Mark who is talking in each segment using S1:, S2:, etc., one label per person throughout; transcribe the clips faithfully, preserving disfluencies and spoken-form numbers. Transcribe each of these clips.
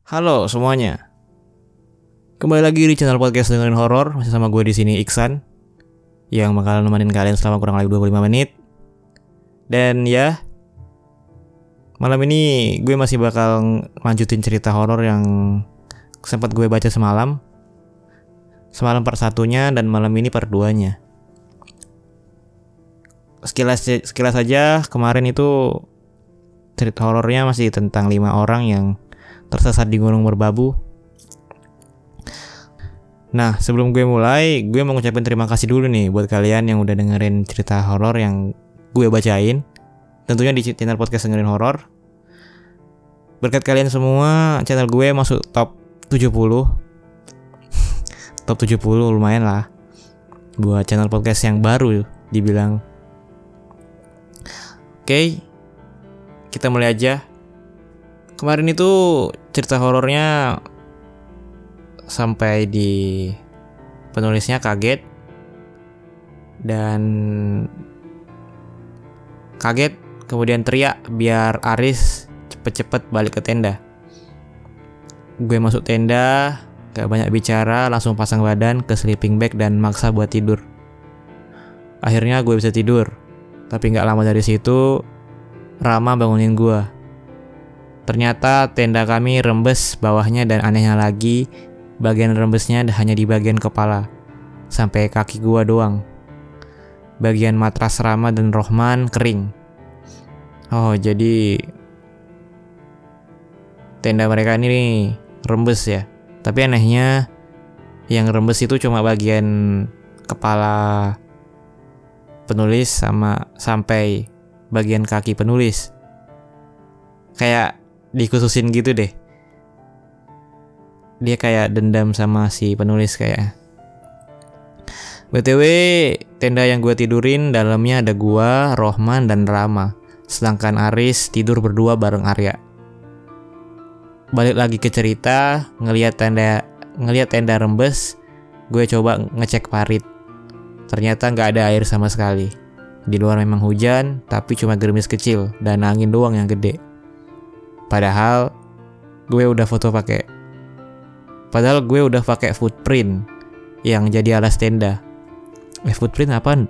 S1: Halo semuanya, kembali lagi di channel podcast dengerin horor. Masih sama gue di sini Iksan, yang bakal nemenin kalian selama kurang lebih dua puluh lima menit. Dan ya, malam ini gue masih bakal lanjutin cerita horor yang sempat gue baca semalam. Semalam part satunya dan malam ini part duanya. Sekilas sekilas saja, kemarin itu cerita horornya masih tentang lima orang yang tersesat di gunung merbabu. Nah, sebelum gue mulai, gue mau ngucapin terima kasih dulu nih buat kalian yang udah dengerin cerita horor yang gue bacain. Tentunya di channel podcast dengerin horor. Berkat kalian semua, channel gue masuk top tujuh puluh. Top tujuh puluh lumayan lah buat channel podcast yang baru dibilang. Oke, kita mulai aja. Kemarin itu cerita horornya sampai di penulisnya kaget dan kaget kemudian teriak biar Aris cepet-cepet balik ke tenda. Gue masuk tenda, gak banyak bicara, langsung pasang badan ke sleeping bag dan maksa buat tidur. Akhirnya gue bisa tidur, tapi gak lama dari situ Rama bangunin gue. Ternyata tenda kami rembes bawahnya dan anehnya lagi, bagian rembesnya hanya di bagian kepala, sampai kaki gua doang. Bagian matras Rama dan Rohman kering. Oh, jadi tenda mereka ini nih, rembes ya. Tapi anehnya, yang rembes itu cuma bagian kepala penulis sama sampai bagian kaki penulis. Kayak dikhususin gitu deh. Dia kayak dendam sama si penulis kayak. B T W, tenda yang gue tidurin dalamnya ada gua, Rohman dan Rama. Sedangkan Aris tidur berdua bareng Arya. Balik lagi ke cerita, ngelihat tenda ngelihat tenda rembes, gue coba ngecek parit. Ternyata nggak ada air sama sekali. Di luar memang hujan, tapi cuma gerimis kecil dan angin doang yang gede. Padahal gue udah foto pakai Padahal gue udah pakai footprint yang jadi alas tenda. Eh footprint apaan?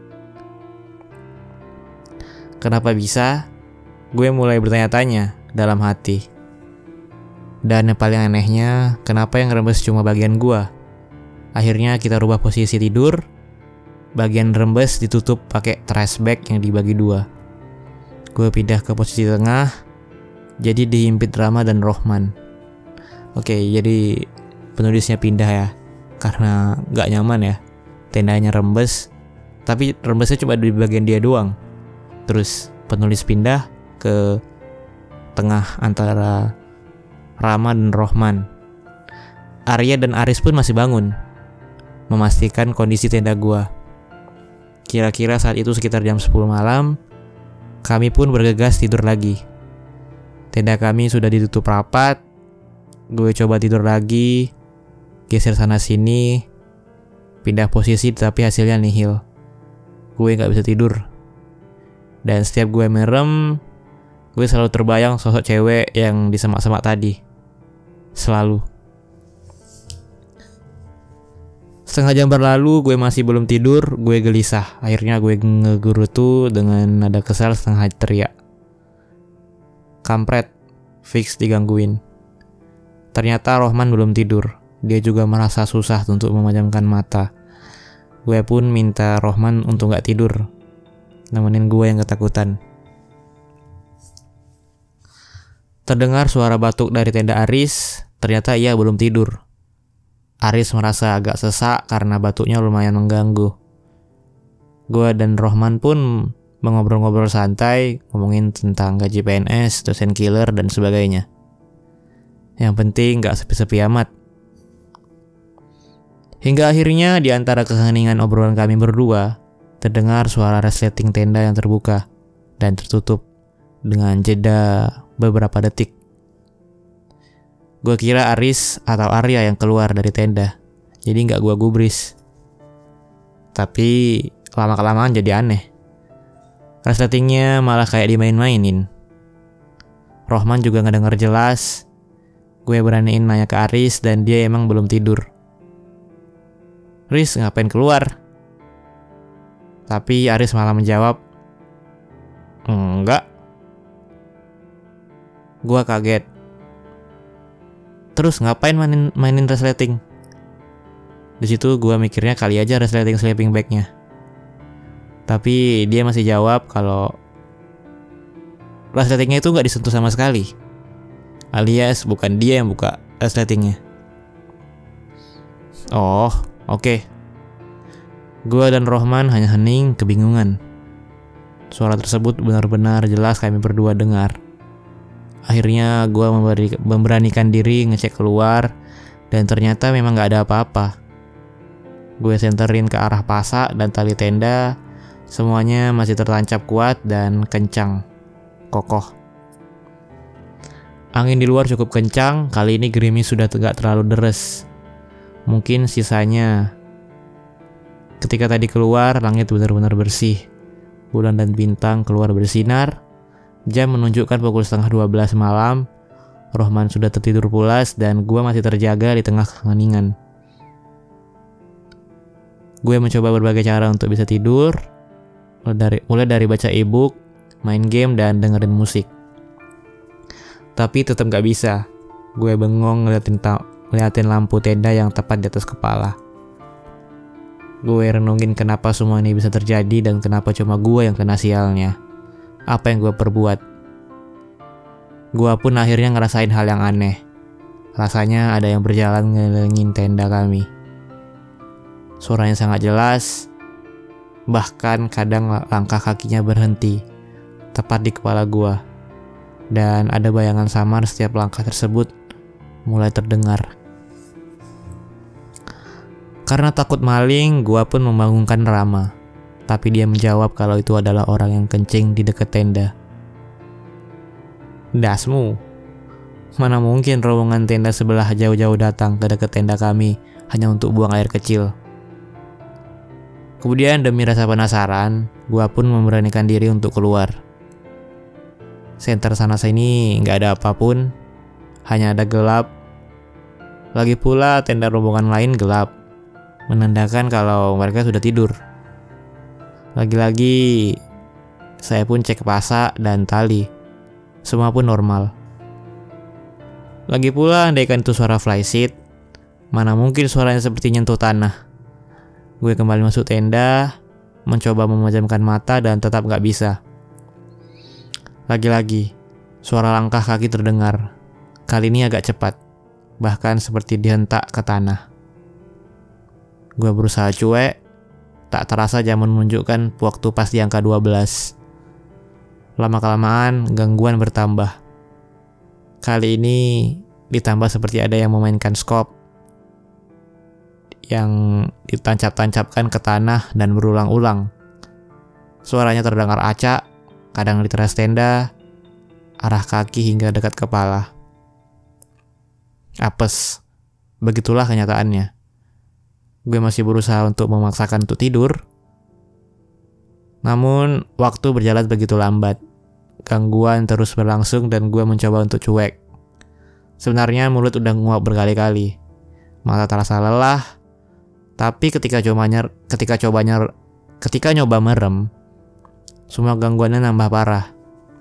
S1: Kenapa bisa? Gue mulai bertanya-tanya dalam hati. Dan yang paling anehnya, kenapa yang rembes cuma bagian gue? Akhirnya kita rubah posisi tidur. Bagian rembes ditutup pakai trash bag yang dibagi dua. Gue pindah ke posisi tengah. Jadi dihimpit Rama dan Rohman. Oke, jadi penulisnya pindah ya, karena gak nyaman ya. Tendanya rembes, tapi rembesnya cuma di bagian dia doang. Terus penulis pindah ke tengah antara Rama dan Rohman. Arya dan Aris pun masih bangun, memastikan kondisi tenda gua. Kira-kira saat itu sekitar jam sepuluh malam, kami pun bergegas tidur lagi. Tenda kami sudah ditutup rapat. Gue coba tidur lagi, geser sana sini, pindah posisi tapi hasilnya nihil. Gue gak bisa tidur. Dan setiap gue merem, gue selalu terbayang sosok cewek yang di semak-semak tadi. Selalu. Setengah jam berlalu, gue masih belum tidur. Gue gelisah. Akhirnya gue ngegerutu dengan nada kesal setengah teriak. Kampret, fix digangguin. Ternyata Rohman belum tidur. Dia juga merasa susah untuk memejamkan mata. Gue pun minta Rohman untuk gak tidur, nemenin gue yang ketakutan. Terdengar suara batuk dari tenda Aris. Ternyata ia belum tidur. Aris merasa agak sesak karena batuknya lumayan mengganggu. Gue dan Rohman pun mengobrol-ngobrol santai, ngomongin tentang gaji P N S, dosen killer, dan sebagainya. Yang penting gak sepi-sepi amat. Hingga akhirnya di antara keheningan obrolan kami berdua, terdengar suara resleting tenda yang terbuka dan tertutup dengan jeda beberapa detik. Gue kira Aris atau Arya yang keluar dari tenda, jadi gak gue gubris. Tapi lama-kelamaan jadi aneh. Resletingnya malah kayak dimain-mainin. Rohman juga ngedenger jelas. Gue beraniin nanya ke Aris dan dia emang belum tidur. "Riz, ngapain keluar?" Tapi Aris malah menjawab, "Enggak." Gue kaget. "Terus ngapain mainin, mainin resleting?" Di situ gue mikirnya kali aja resleting sleeping bag-nya. Tapi dia masih jawab kalau resletingnya itu gak disentuh sama sekali. Alias bukan dia yang buka resletingnya. Oh, oke. Okay. Gue dan Rohman hanya hening kebingungan. Suara tersebut benar-benar jelas kami berdua dengar. Akhirnya gue memberanikan diri ngecek keluar dan ternyata memang gak ada apa-apa. Gue senterin ke arah pasak dan tali tenda. Semuanya masih tertancap kuat dan kencang, kokoh. Angin di luar cukup kencang. Kali ini gerimis sudah tidak terlalu deres. Mungkin sisanya. Ketika tadi keluar, langit benar-benar bersih. Bulan dan bintang keluar bersinar. Jam menunjukkan pukul setengah dua belas malam. Rohman sudah tertidur pulas dan gue masih terjaga di tengah keheningan. Gue mencoba berbagai cara untuk bisa tidur, mulai dari, mulai dari baca e-book, main game, dan dengerin musik. Tapi tetap gak bisa. Gue bengong ngeliatin, ta- ngeliatin lampu tenda yang tepat di atas kepala. Gue renungin kenapa semua ini bisa terjadi dan kenapa cuma gue yang kena sialnya. Apa yang gue perbuat? Gue pun akhirnya ngerasain hal yang aneh. Rasanya ada yang berjalan ngelilingin tenda kami. Suaranya sangat jelas, bahkan kadang langkah kakinya berhenti, tepat di kepala gua. Dan ada bayangan samar setiap langkah tersebut mulai terdengar. Karena takut maling, gua pun membangunkan Rama. Tapi dia menjawab kalau itu adalah orang yang kencing di dekat tenda. "Dasmu, mana mungkin rombongan tenda sebelah jauh-jauh datang ke dekat tenda kami hanya untuk buang air kecil." Kemudian demi rasa penasaran, gua pun memberanikan diri untuk keluar. Senter sana sini gak ada apapun, hanya ada gelap. Lagi pula tenda rombongan lain gelap, menandakan kalau mereka sudah tidur. Lagi-lagi saya pun cek pasak dan tali, semua pun normal. Lagi pula andaikan itu suara flysheet, mana mungkin suaranya seperti nyentuh tanah. Gue kembali masuk tenda, mencoba memejamkan mata dan tetap gak bisa. Lagi-lagi, suara langkah kaki terdengar. Kali ini agak cepat, bahkan seperti dihentak ke tanah. Gue berusaha cuek, tak terasa jam menunjukkan waktu pas di angka dua belas. Lama-kelamaan, gangguan bertambah. Kali ini ditambah seperti ada yang memainkan skop yang ditancap-tancapkan ke tanah dan berulang-ulang. Suaranya terdengar acak, kadang di teras tenda, arah kaki hingga dekat kepala. Apes, begitulah kenyataannya. Gue masih berusaha untuk memaksakan untuk tidur. Namun, waktu berjalan begitu lambat. Gangguan terus berlangsung dan gue mencoba untuk cuek. Sebenarnya mulut udah nguap berkali-kali. Mata terasa lelah. Tapi ketika coba nyer, ketika coba nyer, ketika nyoba merem, semua gangguannya nambah parah.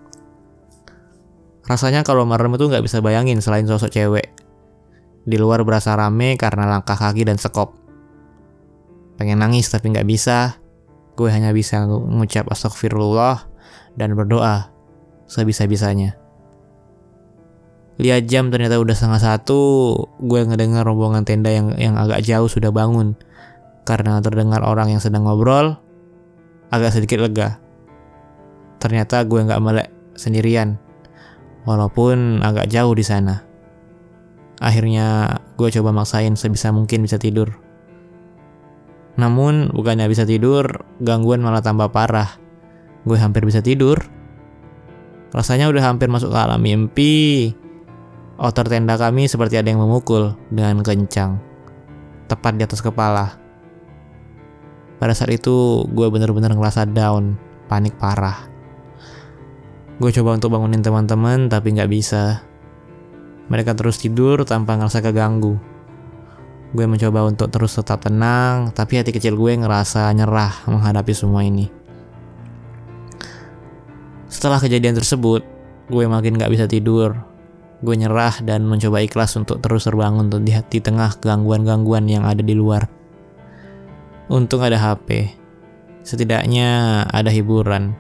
S1: Rasanya kalau merem itu nggak bisa bayangin selain sosok cewek. Di luar berasa rame karena langkah kaki dan sekop. Pengen nangis tapi nggak bisa. Gue hanya bisa mengucap astagfirullah dan berdoa sebisa-bisanya. Lihat jam ternyata udah setengah satu. Gue ngedengar rombongan tenda yang yang agak jauh sudah bangun. Karena terdengar orang yang sedang ngobrol, agak sedikit lega. Ternyata gue nggak melek sendirian, walaupun agak jauh di sana. Akhirnya gue coba maksain sebisa mungkin bisa tidur. Namun bukannya bisa tidur, gangguan malah tambah parah. Gue hampir bisa tidur. Rasanya udah hampir masuk ke alam mimpi. Outer tenda kami seperti ada yang memukul dengan kencang, tepat di atas kepala. Pada saat itu gue benar-benar ngerasa down, panik parah. Gue coba untuk bangunin teman-teman tapi gak bisa. Mereka terus tidur tanpa ngerasa keganggu. Gue mencoba untuk terus tetap tenang, tapi hati kecil gue ngerasa nyerah menghadapi semua ini. Setelah kejadian tersebut, gue makin gak bisa tidur. Gue nyerah dan mencoba ikhlas untuk terus terbangun di, di tengah gangguan-gangguan yang ada di luar. Untung ada H P. Setidaknya ada hiburan.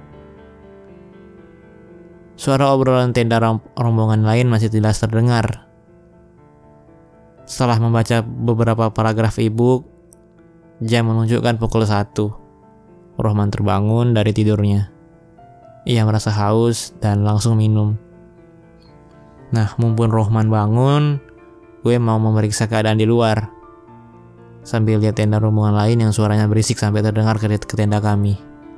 S1: Suara obrolan tenda rombongan lain masih jelas terdengar. Setelah membaca beberapa paragraf e-book, jam menunjukkan pukul satu. Rohman terbangun dari tidurnya. Ia merasa haus dan langsung minum. Nah, mumpun Rohman bangun, gue mau memeriksa keadaan di luar. Sambil lihat tenda rombongan lain yang suaranya berisik sampai terdengar ke tenda kami.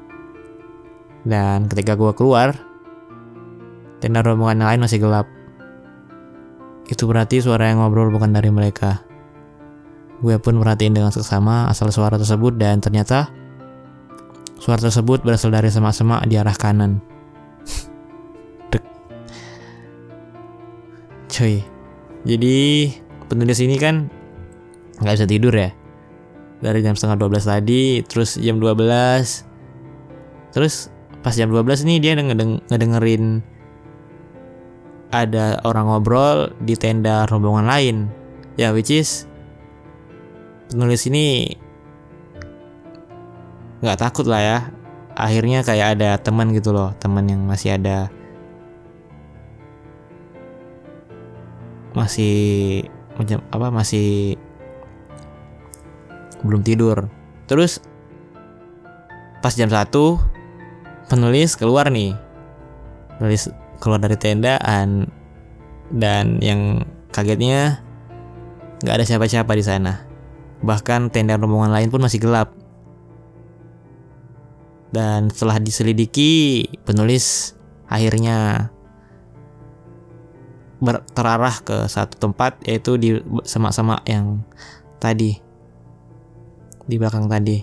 S1: Dan ketika gue keluar, tenda rombongan lain masih gelap. Itu berarti suara yang ngobrol bukan dari mereka. Gue pun merhatiin dengan seksama asal suara tersebut dan ternyata suara tersebut berasal dari semak-semak di arah kanan. Cuy, jadi penulis ini kan gak bisa tidur ya. Dari jam setengah dua belas tadi, terus jam dua belas. Terus pas jam dua belas nih dia ngedeng- ngedengerin ada orang ngobrol di tenda rombongan lain. Ya, which is penulis ini gak takut lah ya. Akhirnya kayak ada teman gitu loh, teman yang masih ada, masih apa masih belum tidur. Terus pas jam satu penulis keluar nih. Penulis keluar dari tendaan dan yang kagetnya nggak ada siapa-siapa di sana. Bahkan tenda rombongan lain pun masih gelap. Dan setelah diselidiki, penulis akhirnya ber- terarah ke satu tempat, yaitu di semak-semak yang tadi, di belakang tadi.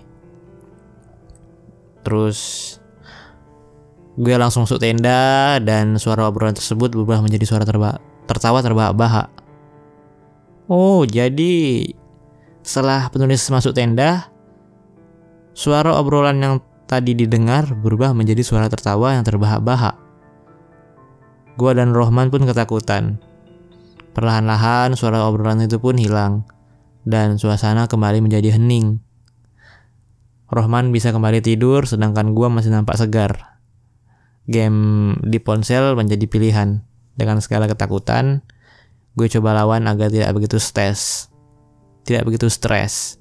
S1: Terus gue langsung masuk tenda dan suara obrolan tersebut berubah menjadi suara terba- tertawa terbahak-bahak. Oh, jadi setelah penulis masuk tenda, suara obrolan yang tadi didengar berubah menjadi suara tertawa yang terbahak-bahak. Gua dan Rohman pun ketakutan. Perlahan-lahan suara obrolan itu pun hilang dan suasana kembali menjadi hening. Rohman bisa kembali tidur sedangkan gua masih nampak segar. Game di ponsel menjadi pilihan. Dengan segala ketakutan, gue coba lawan agar tidak begitu stres. Tidak begitu stres.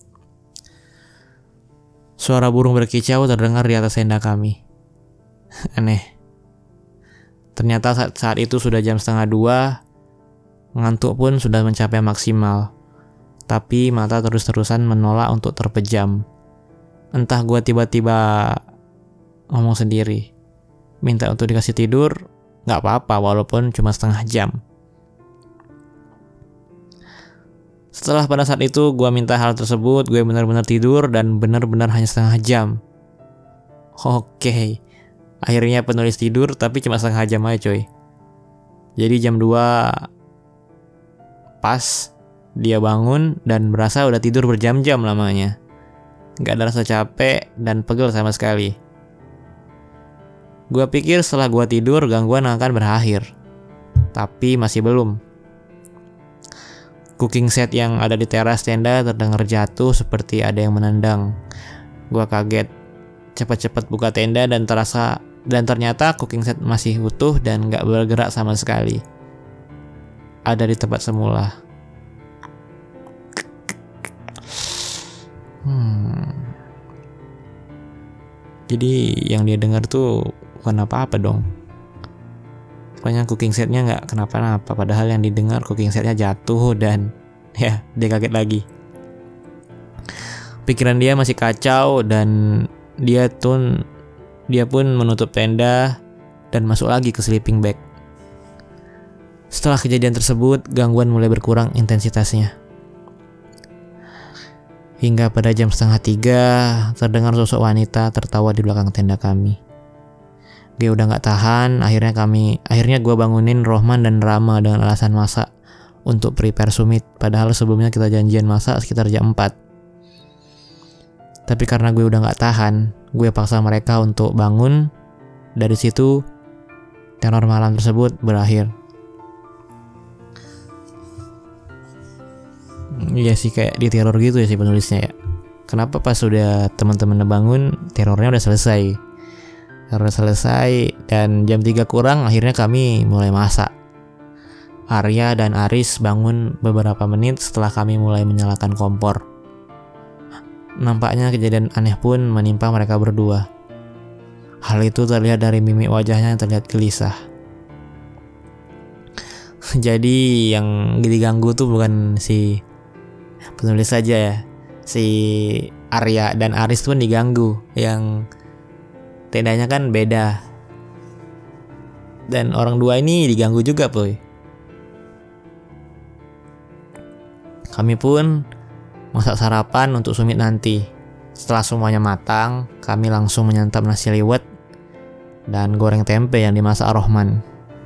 S1: Suara burung berkicau terdengar di atas tenda kami. Aneh. Ternyata saat, saat itu sudah jam setengah dua. Ngantuk pun sudah mencapai maksimal. Tapi mata terus-terusan menolak untuk terpejam. Entah gue tiba-tiba ngomong sendiri, minta untuk dikasih tidur, gak apa-apa walaupun cuma setengah jam. Setelah pada saat itu gue minta hal tersebut, gue benar-benar tidur dan benar-benar hanya setengah jam. Oke, akhirnya penulis tidur tapi cuma setengah jam aja coy. Jadi jam dua pas dia bangun dan merasa udah tidur berjam-jam lamanya. Gak ada rasa capek dan pegel sama sekali. Gue pikir setelah gue tidur gangguan akan berakhir. Tapi masih belum. Cooking set yang ada di teras tenda terdengar jatuh seperti ada yang menendang. Gue kaget. Cepat-cepat buka tenda dan terasa dan ternyata cooking set masih utuh dan gak bergerak sama sekali. Ada di tempat semula. Hmm. Jadi yang dia dengar tuh bukan apa-apa dong. Pokoknya cooking setnya nggak kenapa-napa. Padahal yang didengar cooking setnya jatuh dan ya dia kaget lagi. Pikiran dia masih kacau dan dia pun dia pun menutup tenda dan masuk lagi ke sleeping bag. Setelah kejadian tersebut, gangguan mulai berkurang intensitasnya. Hingga pada jam setengah tiga, terdengar sosok wanita tertawa di belakang tenda kami. Gue udah nggak tahan, akhirnya kami, akhirnya gue bangunin Rohman dan Rama dengan alasan masak untuk prepare summit. Padahal sebelumnya kita janjian masak sekitar jam empat. Tapi karena gue udah nggak tahan, gue paksa mereka untuk bangun. Dari situ, teror malam tersebut berakhir. Iya sih, kayak di teror gitu ya si penulisnya ya. Kenapa pas udah teman-teman bangun, terornya udah selesai. Teror selesai dan jam tiga kurang akhirnya kami mulai masak. Arya dan Aris bangun beberapa menit setelah kami mulai menyalakan kompor. Nampaknya kejadian aneh pun menimpa mereka berdua. Hal itu terlihat dari mimik wajahnya yang terlihat gelisah. Jadi yang diganggu tuh bukan si penulis saja ya. Si Arya dan Aris pun diganggu. Yang tendanya kan beda. Dan orang dua ini diganggu juga, boy. Kami pun masak sarapan untuk summit nanti. Setelah semuanya matang, kami langsung menyantap nasi liwet dan goreng tempe yang dimasak Rohman.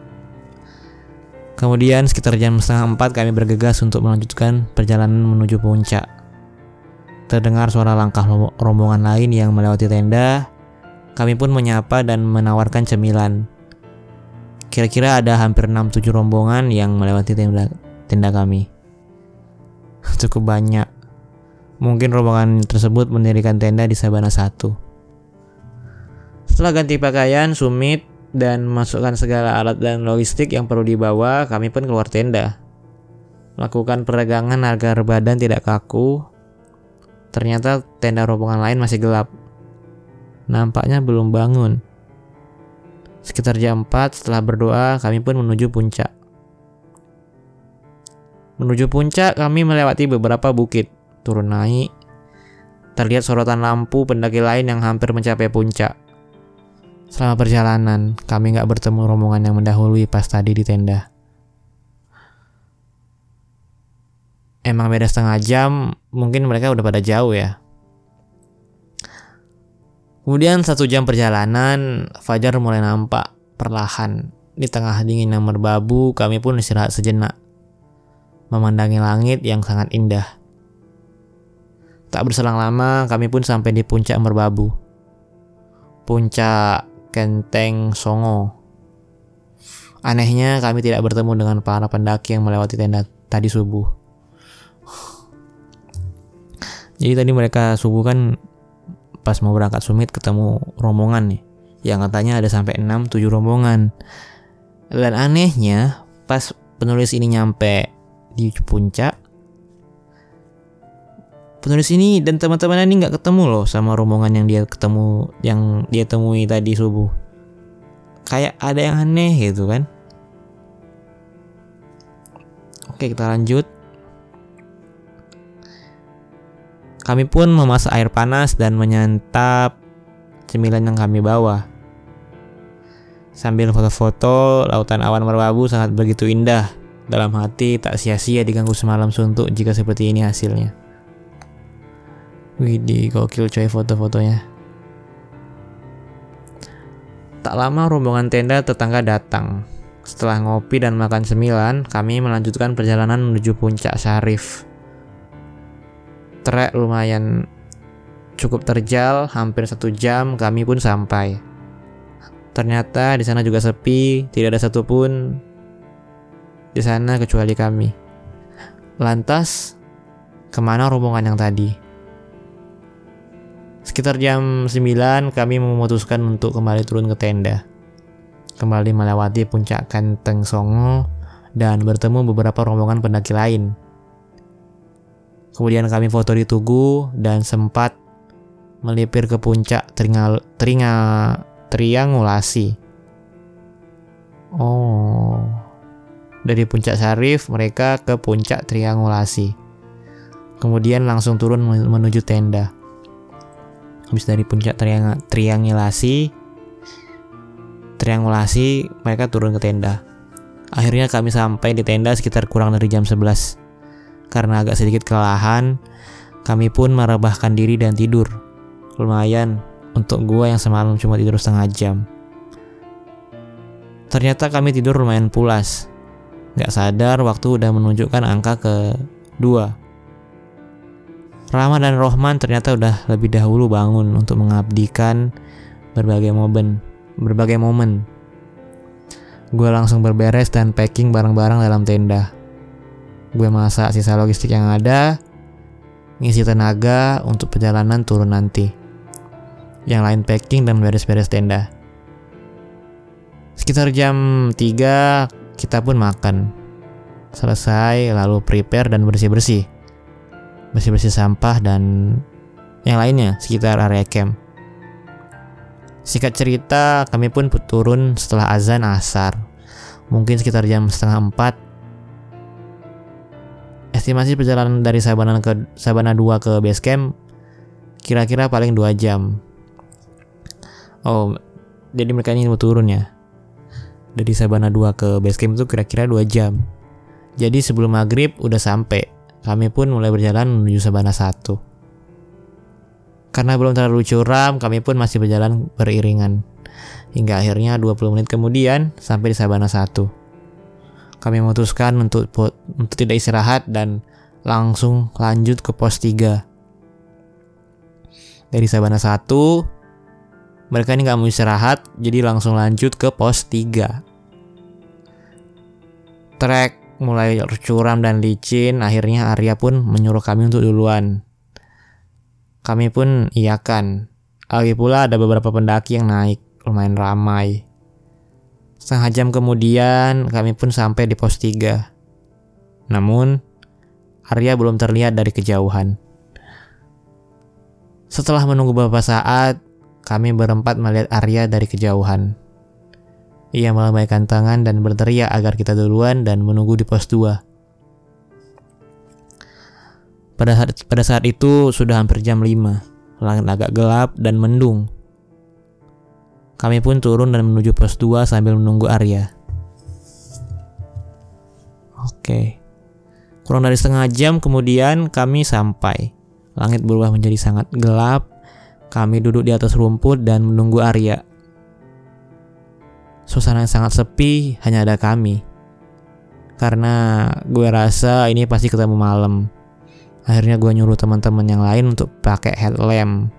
S1: Kemudian sekitar jam setengah empat kami bergegas untuk melanjutkan perjalanan menuju puncak. Terdengar suara langkah rombongan lain yang melewati tenda. Kami pun menyapa dan menawarkan cemilan. Kira-kira ada hampir enam tujuh rombongan yang melewati tenda, tenda kami. Cukup banyak. Mungkin rombongan tersebut mendirikan tenda di Sabana satu. Setelah ganti pakaian, summit, dan masukkan segala alat dan logistik yang perlu dibawa, kami pun keluar tenda. Lakukan peregangan agar badan tidak kaku. Ternyata tenda rombongan lain masih gelap. Nampaknya belum bangun. Sekitar jam empat setelah berdoa, kami pun menuju puncak. Menuju puncak, kami melewati beberapa bukit. Turun naik, terlihat sorotan lampu pendaki lain yang hampir mencapai puncak. Selama perjalanan, kami gak bertemu rombongan yang mendahului pas tadi di tenda. Emang beda setengah jam, mungkin mereka udah pada jauh ya. Kemudian satu jam perjalanan, fajar mulai nampak perlahan. Di tengah dingin yang merbabu, kami pun istirahat sejenak, memandangi langit yang sangat indah. Tak berselang lama, kami pun sampai di puncak merbabu. Puncak Kenteng Songo. Anehnya, kami tidak bertemu dengan para pendaki yang melewati tenda tadi subuh. Jadi tadi mereka subuh kan pas mau berangkat summit ketemu rombongan nih, yang katanya ada sampai enam tujuh rombongan. Dan anehnya, pas penulis ini nyampe di puncak, penulis ini dan teman-teman ini nggak ketemu loh sama rombongan yang dia ketemu, yang dia temui tadi subuh. Kayak ada yang aneh gitu kan. Oke, kita lanjut. Kami pun memasak air panas dan menyantap cemilan yang kami bawa. Sambil foto-foto, lautan awan merbabu sangat begitu indah. Dalam hati tak sia-sia diganggu semalam suntuk jika seperti ini hasilnya. Widih, gokil coy foto-fotonya. Tak lama rombongan tenda tetangga datang. Setelah ngopi dan makan cemilan, kami melanjutkan perjalanan menuju puncak Syarif. Trek lumayan cukup terjal, hampir satu jam kami pun sampai. Ternyata di sana juga sepi, tidak ada satupun di sana kecuali kami. Lantas, kemana rombongan yang tadi? Sekitar jam sembilan kami memutuskan untuk kembali turun ke tenda. Kembali melewati puncak Kenteng Songo dan bertemu beberapa rombongan pendaki lain. Kemudian kami foto di Tugu dan sempat melipir ke puncak teringal, teringa, triangulasi. Oh, dari puncak Syarif mereka ke puncak triangulasi. Kemudian langsung turun menuju tenda. Habis dari puncak triang, triangulasi, triangulasi mereka turun ke tenda. Akhirnya kami sampai di tenda sekitar kurang dari jam sebelas. Karena agak sedikit kelelahan, kami pun merebahkan diri dan tidur. Lumayan untuk gua yang semalam cuma tidur setengah jam. Ternyata kami tidur lumayan pulas. Gak sadar waktu udah menunjukkan angka ke dua. Rama dan Rohman ternyata udah lebih dahulu bangun untuk mengabdikan berbagai momen. Berbagai momen. Gue langsung berberes dan packing barang-barang dalam tenda. Gue masak sisa logistik yang ada, ngisi tenaga untuk perjalanan turun nanti. Yang lain packing dan beres-beres tenda. Sekitar jam tiga kita pun makan. Selesai lalu prepare dan bersih-bersih. Bersih-bersih sampah dan yang lainnya sekitar area camp. Singkat cerita kami pun turun setelah azan asar. Mungkin sekitar jam setengah empat. Estimasi perjalanan dari Sabana ke Sabana dua ke base camp kira-kira paling dua jam. Oh, jadi mereka ini mau turun ya. Dari Sabana dua ke base camp itu kira-kira dua jam. Jadi sebelum maghrib udah sampai. Kami pun mulai berjalan menuju Sabana satu. Karena belum terlalu curam, kami pun masih berjalan beriringan. Hingga akhirnya dua puluh menit kemudian sampai di Sabana satu. Kami memutuskan untuk untuk tidak istirahat dan langsung lanjut ke pos tiga. Dari Sabana satu, mereka ini gak mau istirahat, jadi langsung lanjut ke pos tiga. Trek mulai curam dan licin, akhirnya Arya pun menyuruh kami untuk duluan. Kami pun iyakan. Lagi pula ada beberapa pendaki yang naik, lumayan ramai. Setengah jam kemudian kami pun sampai di pos tiga. Namun Arya belum terlihat dari kejauhan. Setelah menunggu beberapa saat, kami berempat melihat Arya dari kejauhan. Ia melambaikan tangan dan berteriak agar kita duluan dan menunggu di pos dua. Pada saat, pada saat itu sudah hampir jam lima. Langit agak gelap dan mendung. Kami pun turun dan menuju pos dua sambil menunggu Arya. Oke. Kurang dari setengah jam kemudian kami sampai. Langit berubah menjadi sangat gelap. Kami duduk di atas rumput dan menunggu Arya. Suasana yang sangat sepi, hanya ada kami. Karena gue rasa ini pasti ketemu malam. Akhirnya gue nyuruh teman-teman yang lain untuk pakai headlamp.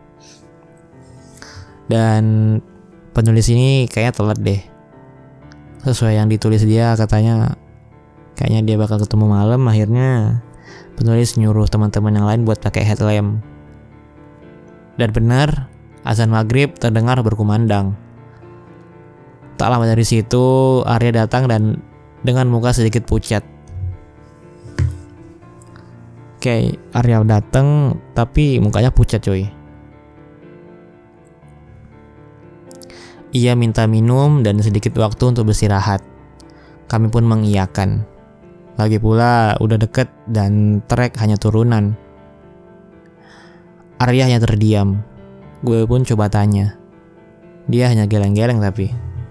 S1: Dan penulis ini kayaknya telat deh. Sesuai yang ditulis dia, katanya kayaknya dia bakal ketemu malam. Akhirnya penulis nyuruh teman-teman yang lain buat pakai headlamp. Dan benar, azan maghrib terdengar berkumandang. Tak lama dari situ, Arya datang dan dengan muka sedikit pucat. Oke, Arya datang tapi mukanya pucat coy. Ia minta minum dan sedikit waktu untuk beristirahat. Kami pun mengiyakan. Lagi pula udah deket dan trek hanya turunan. Arya hanya terdiam. Gue pun coba tanya. Dia hanya geleng-geleng tapi.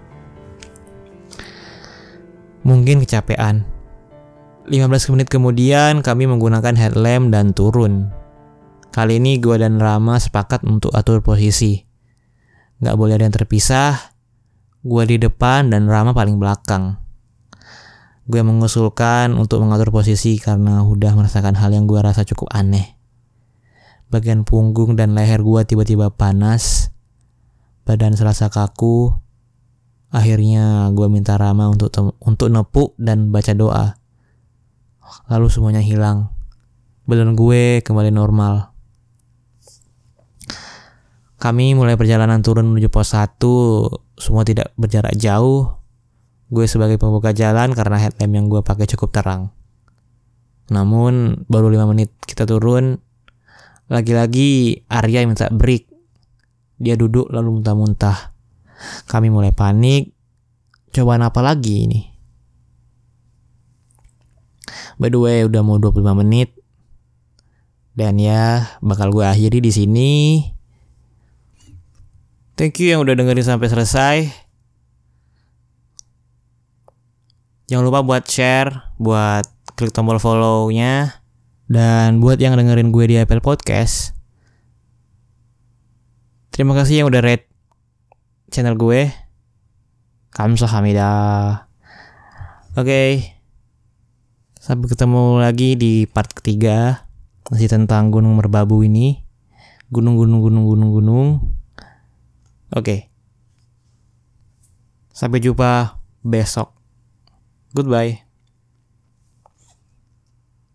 S1: Mungkin kecapean. lima belas menit kemudian kami menggunakan headlamp dan turun. Kali ini gue dan Rama sepakat untuk atur posisi. Gak boleh ada yang terpisah. Gue di depan dan Rama paling belakang. Gue mengusulkan untuk mengatur posisi karena udah merasakan hal yang gue rasa cukup aneh. Bagian punggung dan leher gue tiba-tiba panas. Badan serasa kaku. Akhirnya gue minta Rama untuk tem- untuk nepuk dan baca doa. Lalu semuanya hilang. Badan gue kembali normal. Kami mulai perjalanan turun menuju pos satu. Semua tidak berjarak jauh. Gue sebagai pembuka jalan karena headlamp yang gue pakai cukup terang. Namun baru lima menit kita turun, lagi-lagi Arya minta break. Dia duduk lalu muntah-muntah. Kami mulai panik. Cobaan apa lagi ini? By the way, udah mau dua puluh lima menit. Dan ya, bakal gue akhiri di sini. Thank you yang udah dengerin sampai selesai. Jangan lupa buat share, buat klik tombol follow-nya. Dan buat yang dengerin gue di Apple Podcast, terima kasih yang udah rate channel gue. Kamsahamnida. Oke. Okay. Sampai ketemu lagi di part ketiga. Masih tentang Gunung Merbabu ini. Gunung-gunung gunung-gunung gunung. Oke. Okay. Sampai jumpa besok. Goodbye.